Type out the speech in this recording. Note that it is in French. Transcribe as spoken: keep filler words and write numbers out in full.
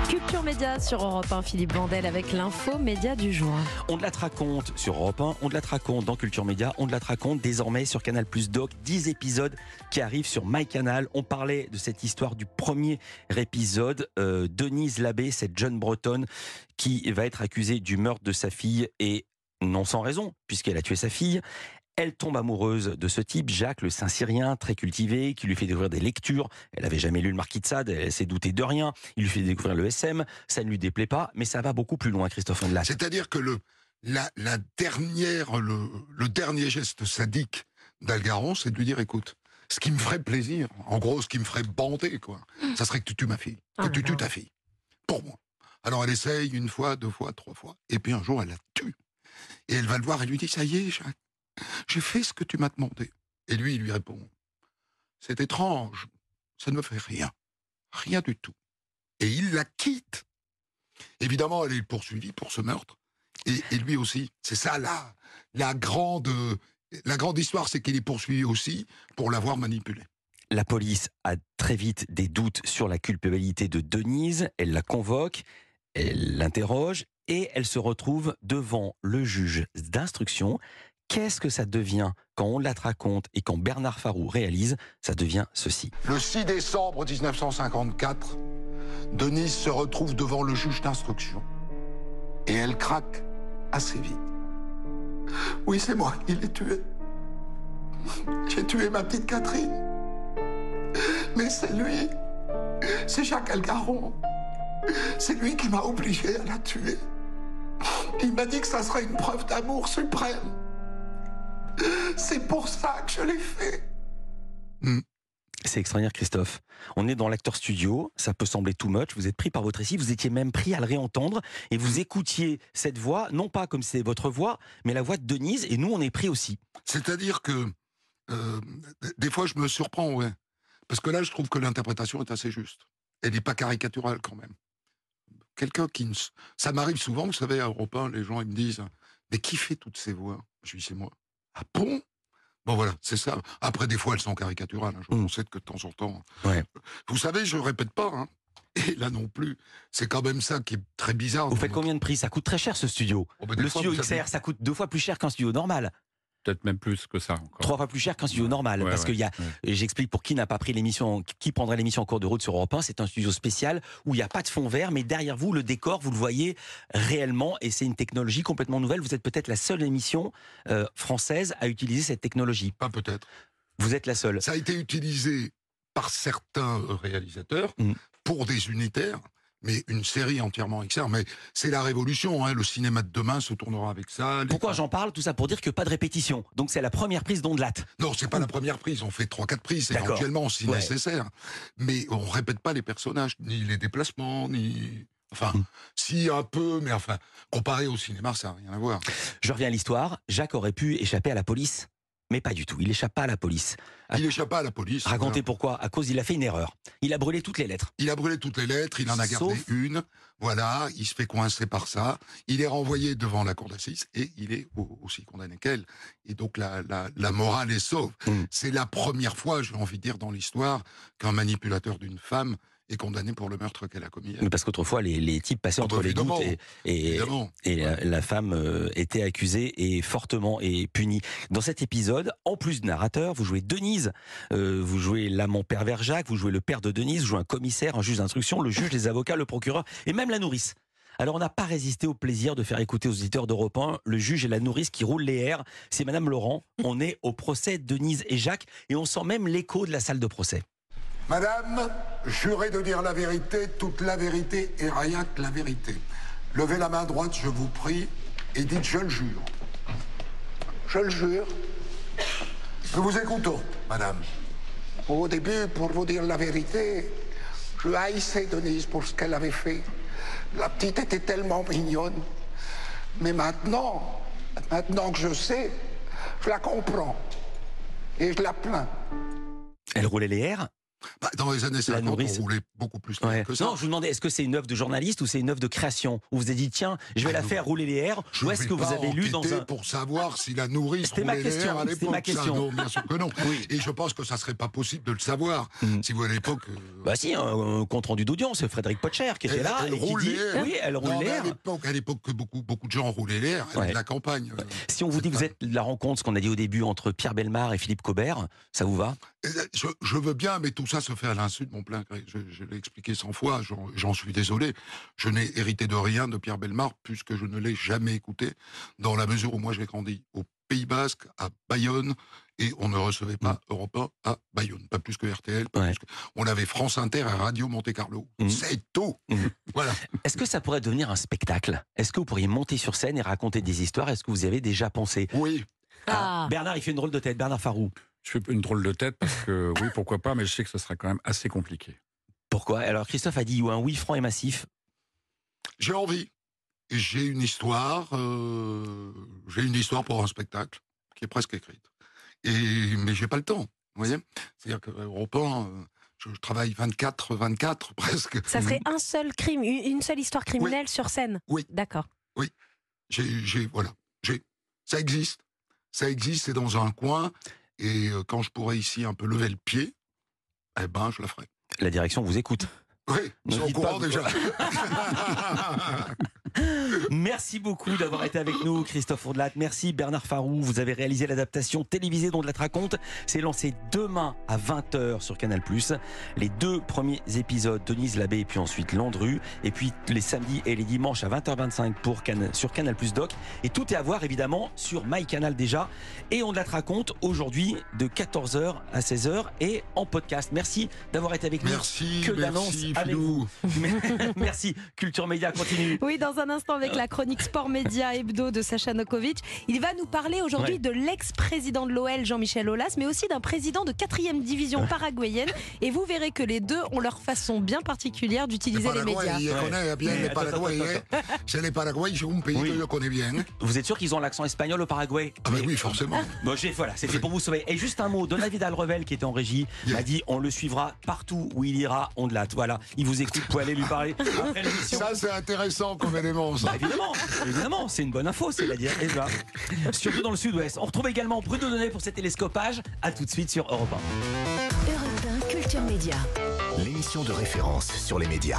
Culture Média sur Europe un, Philippe Vandel avec l'info média du jour. On de la te raconte sur Europe un, on de la te raconte dans Culture Média, on de la te raconte désormais sur Canal Plus Doc, dix épisodes qui arrivent sur MyCanal. On parlait de cette histoire du premier épisode, euh, Denise Labbé, cette jeune bretonne qui va être accusée du meurtre de sa fille et non sans raison, puisqu'elle a tué sa fille. Elle tombe amoureuse de ce type, Jacques, le Saint-Cyrien, très cultivé, qui lui fait découvrir des lectures. Elle n'avait jamais lu le Marquis de Sade, elle s'est doutée de rien. Il lui fait découvrir le S M, ça ne lui déplaît pas, mais ça va beaucoup plus loin, Christophe Ondelat. C'est-à-dire que le, la, la dernière, le, le dernier geste sadique d'Algaron, c'est de lui dire, écoute, ce qui me ferait plaisir, en gros, ce qui me ferait bander, quoi, ça serait que tu tues ma fille, que Oh tu là tues là. ta fille, pour moi. Alors elle essaye une fois, deux fois, trois fois, et puis un jour, elle la tue. Et elle va le voir et lui dit, ça y est, Jacques, j'ai fait ce que tu m'as demandé. Et lui, il lui répond, c'est étrange, ça ne me fait rien, rien du tout. Et il la quitte. Évidemment, elle est poursuivie pour ce meurtre, et, et lui aussi. C'est ça la, la, grande, la grande histoire, c'est qu'il est poursuivi aussi pour l'avoir manipulé. La police a très vite des doutes sur la culpabilité de Denise, elle la convoque, elle l'interroge, et elle se retrouve devant le juge d'instruction. Qu'est-ce que ça devient quand on la raconte et quand Bernard Farou réalise? Ça devient ceci. Le six décembre mille neuf cent cinquante-quatre, Denise se retrouve devant le juge d'instruction. Et elle craque assez vite. Oui, c'est moi qui l'ai tuée. J'ai tué ma petite Catherine. Mais c'est lui, c'est Jacques Algaron. C'est lui qui m'a obligé à la tuer. Il m'a dit que ça serait une preuve d'amour suprême. C'est pour ça que je l'ai fait. Mm. C'est extraordinaire, Christophe. On est dans l'acteur studio, ça peut sembler too much, vous êtes pris par votre récit, vous étiez même pris à le réentendre, et vous écoutiez cette voix, non pas comme c'est votre voix, mais la voix de Denise, et nous on est pris aussi. C'est-à-dire que, euh, des fois je me surprends, ouais. Parce que là je trouve que l'interprétation est assez juste. Elle n'est pas caricaturale quand même. Quelqu'un qui... Ne... Ça m'arrive souvent, vous savez, à Europe un, les gens ils me disent « Mais qui fait toutes ces voix ?» Je dis « C'est moi. » Ah bon? Bon voilà, c'est ça. Après, des fois, elles sont caricaturales. Hein. Je Mmh. sais que de temps en temps... Ouais. Vous savez, je répète pas. Hein. Et là non plus. C'est quand même ça qui est très bizarre. Vous faites combien de prix? Ça coûte très cher ce studio. Oh, ben, des Le fois, studio vous X R, avez- ça coûte deux fois plus cher qu'un studio normal. Peut-être même plus que ça encore. Trois fois plus cher qu'un studio Ouais. normal. Ouais, parce ouais, qu'il y a, ouais. j'explique pour qui n'a pas pris l'émission, qui prendrait l'émission en cours de route sur Europe un, c'est un studio spécial où il n'y a pas de fond vert, mais derrière vous, le décor, vous le voyez réellement, et c'est une technologie complètement nouvelle. Vous êtes peut-être la seule émission euh, française à utiliser cette technologie. Pas peut-être. Vous êtes la seule. Ça a été utilisé par certains euh, réalisateurs Mm. pour des unitaires, mais une série entièrement X R. Mais c'est la révolution. Hein. Le cinéma de demain se tournera avec ça. Les Pourquoi femmes- j'en parle? Tout ça pour dire que pas de répétition. Donc c'est la première prise d'Ondelat. Non, c'est pas la première prise. On fait trois, quatre prises D'accord. éventuellement si Ouais. nécessaire. Mais on répète pas les personnages, ni les déplacements, ni... Enfin, Mm. si un peu, mais enfin, comparé au cinéma, ça n'a rien à voir. Je reviens à l'histoire. Jacques aurait pu échapper à la police, mais pas du tout. Il échappe pas à la police. Il échappe pas à la police. Racontez voilà. pourquoi? À cause, il a fait une erreur. Il a brûlé toutes les lettres. Il a brûlé toutes les lettres, il en a gardé Sauf- une. Voilà, il se fait coincer par ça. Il est renvoyé devant la cour d'assises et il est au- aussi condamné qu'elle. Et donc la, la, la morale est sauve. Mm. C'est la première fois, j'ai envie de dire, dans l'histoire, qu'un manipulateur d'une femme est condamné pour le meurtre qu'elle a commis. Mais parce qu'autrefois, les, les types passaient Ah entre bah, les évidemment. gouttes et, et, Évidemment. et la, la femme euh, était accusée et fortement et punie. Dans cet épisode, en plus de narrateur, vous jouez Denise, euh, vous jouez l'amant pervers Jacques, vous jouez le père de Denise, vous jouez un commissaire, un juge d'instruction, le juge, les avocats, le procureur et même la nourrice. Alors on n'a pas résisté au plaisir de faire écouter aux auditeurs d'Europe un le juge et la nourrice qui roulent les airs. C'est Madame Laurent. On est au procès de Denise et Jacques et on sent même l'écho de la salle de procès. Madame, jurez de dire la vérité, toute la vérité et rien que la vérité. Levez la main droite, je vous prie, et dites « je le jure ». Je le jure. Nous vous écoutons, madame. Au début, pour vous dire la vérité, je haïssais Denise pour ce qu'elle avait fait. La petite était tellement mignonne. Mais maintenant, maintenant que je sais, je la comprends. Et je la plains. Elle roulait les airs. Bah, dans les années cinquante, nourrice. on roulait beaucoup plus Ouais. que ça. Non, je vous demandais, est-ce que c'est une œuvre de journaliste ou c'est une œuvre de création? Où vous avez dit, tiens, je vais Ah, la non. faire rouler les airs, Je ou est-ce vais que vous pas avez lu dans enquêter un... pour savoir si la nourrice C'était ma roulait les question, airs à c'était l'époque. ma Ça, question. non, bien sûr que non. Oui. Et je pense que ça serait pas possible de le savoir. Mm. Si vous, à l'époque... euh, Bah si, un, un compte rendu d'audience, Frédéric Potcher qui était Elle- là elle et qui roule dit, les airs. oui, elle roule non, mais l'air. à l'époque, à l'époque que beaucoup, beaucoup de gens roulaient l'air, elle Ouais. est de la campagne. euh, Si on vous dit que vous êtes la rencontre, ce qu'on a dit au début, entre Pierre Bellemare et Philippe Cobert, ça vous va? Je, je veux bien, mais tout ça se fait à l'insu de mon plein gré. Je, je l'ai expliqué cent fois, j'en, j'en suis désolé. Je n'ai hérité de rien de Pierre Bellemare, puisque je ne l'ai jamais écouté, dans la mesure où moi j'ai grandi au Pays Basque, à Bayonne, et on ne recevait pas Mm. Europe un à Bayonne, pas plus que R T L. Pas Ouais. plus que... On avait France Inter et Radio Monte Carlo. Mm. C'est tout. Mm. Voilà. Est-ce que ça pourrait devenir un spectacle? Est-ce que vous pourriez monter sur scène et raconter des histoires? Est-ce que vous y avez déjà pensé? Oui. Ah. Bernard, il fait une drôle de tête. Bernard Farou. Je fais une drôle de tête parce que oui, pourquoi pas, mais je sais que ce sera quand même assez compliqué. Pourquoi? Alors Christophe a dit un oui franc et massif. J'ai envie. Et j'ai une histoire, euh, j'ai une histoire pour un spectacle qui est presque écrite. Et, mais j'ai pas le temps, vous voyez. C'est-à-dire que Europe un, euh, je travaille vingt-quatre, vingt-quatre presque. Ça serait un seul crime, une une seule histoire criminelle sur scène. Oui. D'accord. J'ai, j'ai, voilà, j'ai, ça existe, ça existe, c'est dans un coin. Et euh, quand je pourrais ici un peu lever le pied, eh ben, je la ferai. La direction vous écoute. Oui, ils Ne sont au dites pas, courant vous- déjà. Merci beaucoup d'avoir été avec nous, Christophe Fourdelat. Merci Bernard Farou. Vous avez réalisé l'adaptation télévisée d'On de la raconte. C'est lancé demain à vingt heures sur Canal plus. Les deux premiers épisodes, Denise Labbé et puis ensuite Landru. Et puis les samedis et les dimanches à vingt heures vingt-cinq pour Can- sur Canal plus Doc. Et tout est à voir évidemment sur MyCanal déjà. Et On de la raconte aujourd'hui de quatorze heures à seize heures et en podcast. Merci d'avoir été avec nous. Merci, Que d'annonces merci, avec Philou. Merci. Culture Média continue. Oui, dans un instant avec la chronique Sport Média Hebdo de Sacha Nokovic. Il va nous parler aujourd'hui Ouais. de l'ex-président de l'O L, Jean-Michel Aulas, mais aussi d'un président de quatrième division paraguayenne. Et vous verrez que les deux ont leur façon bien particulière d'utiliser les médias. Il Ouais. connaît bien Mais les attends, Paraguayens. attends, attends, C'est les Paraguayens, c'est un pays Oui. que je connais bien. Vous êtes sûr qu'ils ont l'accent espagnol au Paraguay? Ah ben oui, forcément. Bon, j'ai- voilà, c'était pour vous sauver. Et juste un mot, Donald Alrevel qui était en régie Yeah. m'a dit on le suivra partout où il ira, on de latte. Voilà, il vous écoute, vous pouvez aller lui parler après l'émission. Ça, c'est intéressant comme élément, ça. Bah, évidemment, évidemment, c'est une bonne info, c'est la dire. Et ben, surtout dans le sud-ouest. On retrouve également Bruno Donnet pour ses télescopages. À tout de suite sur Europe un. Europe un Culture Média. L'émission de référence sur les médias.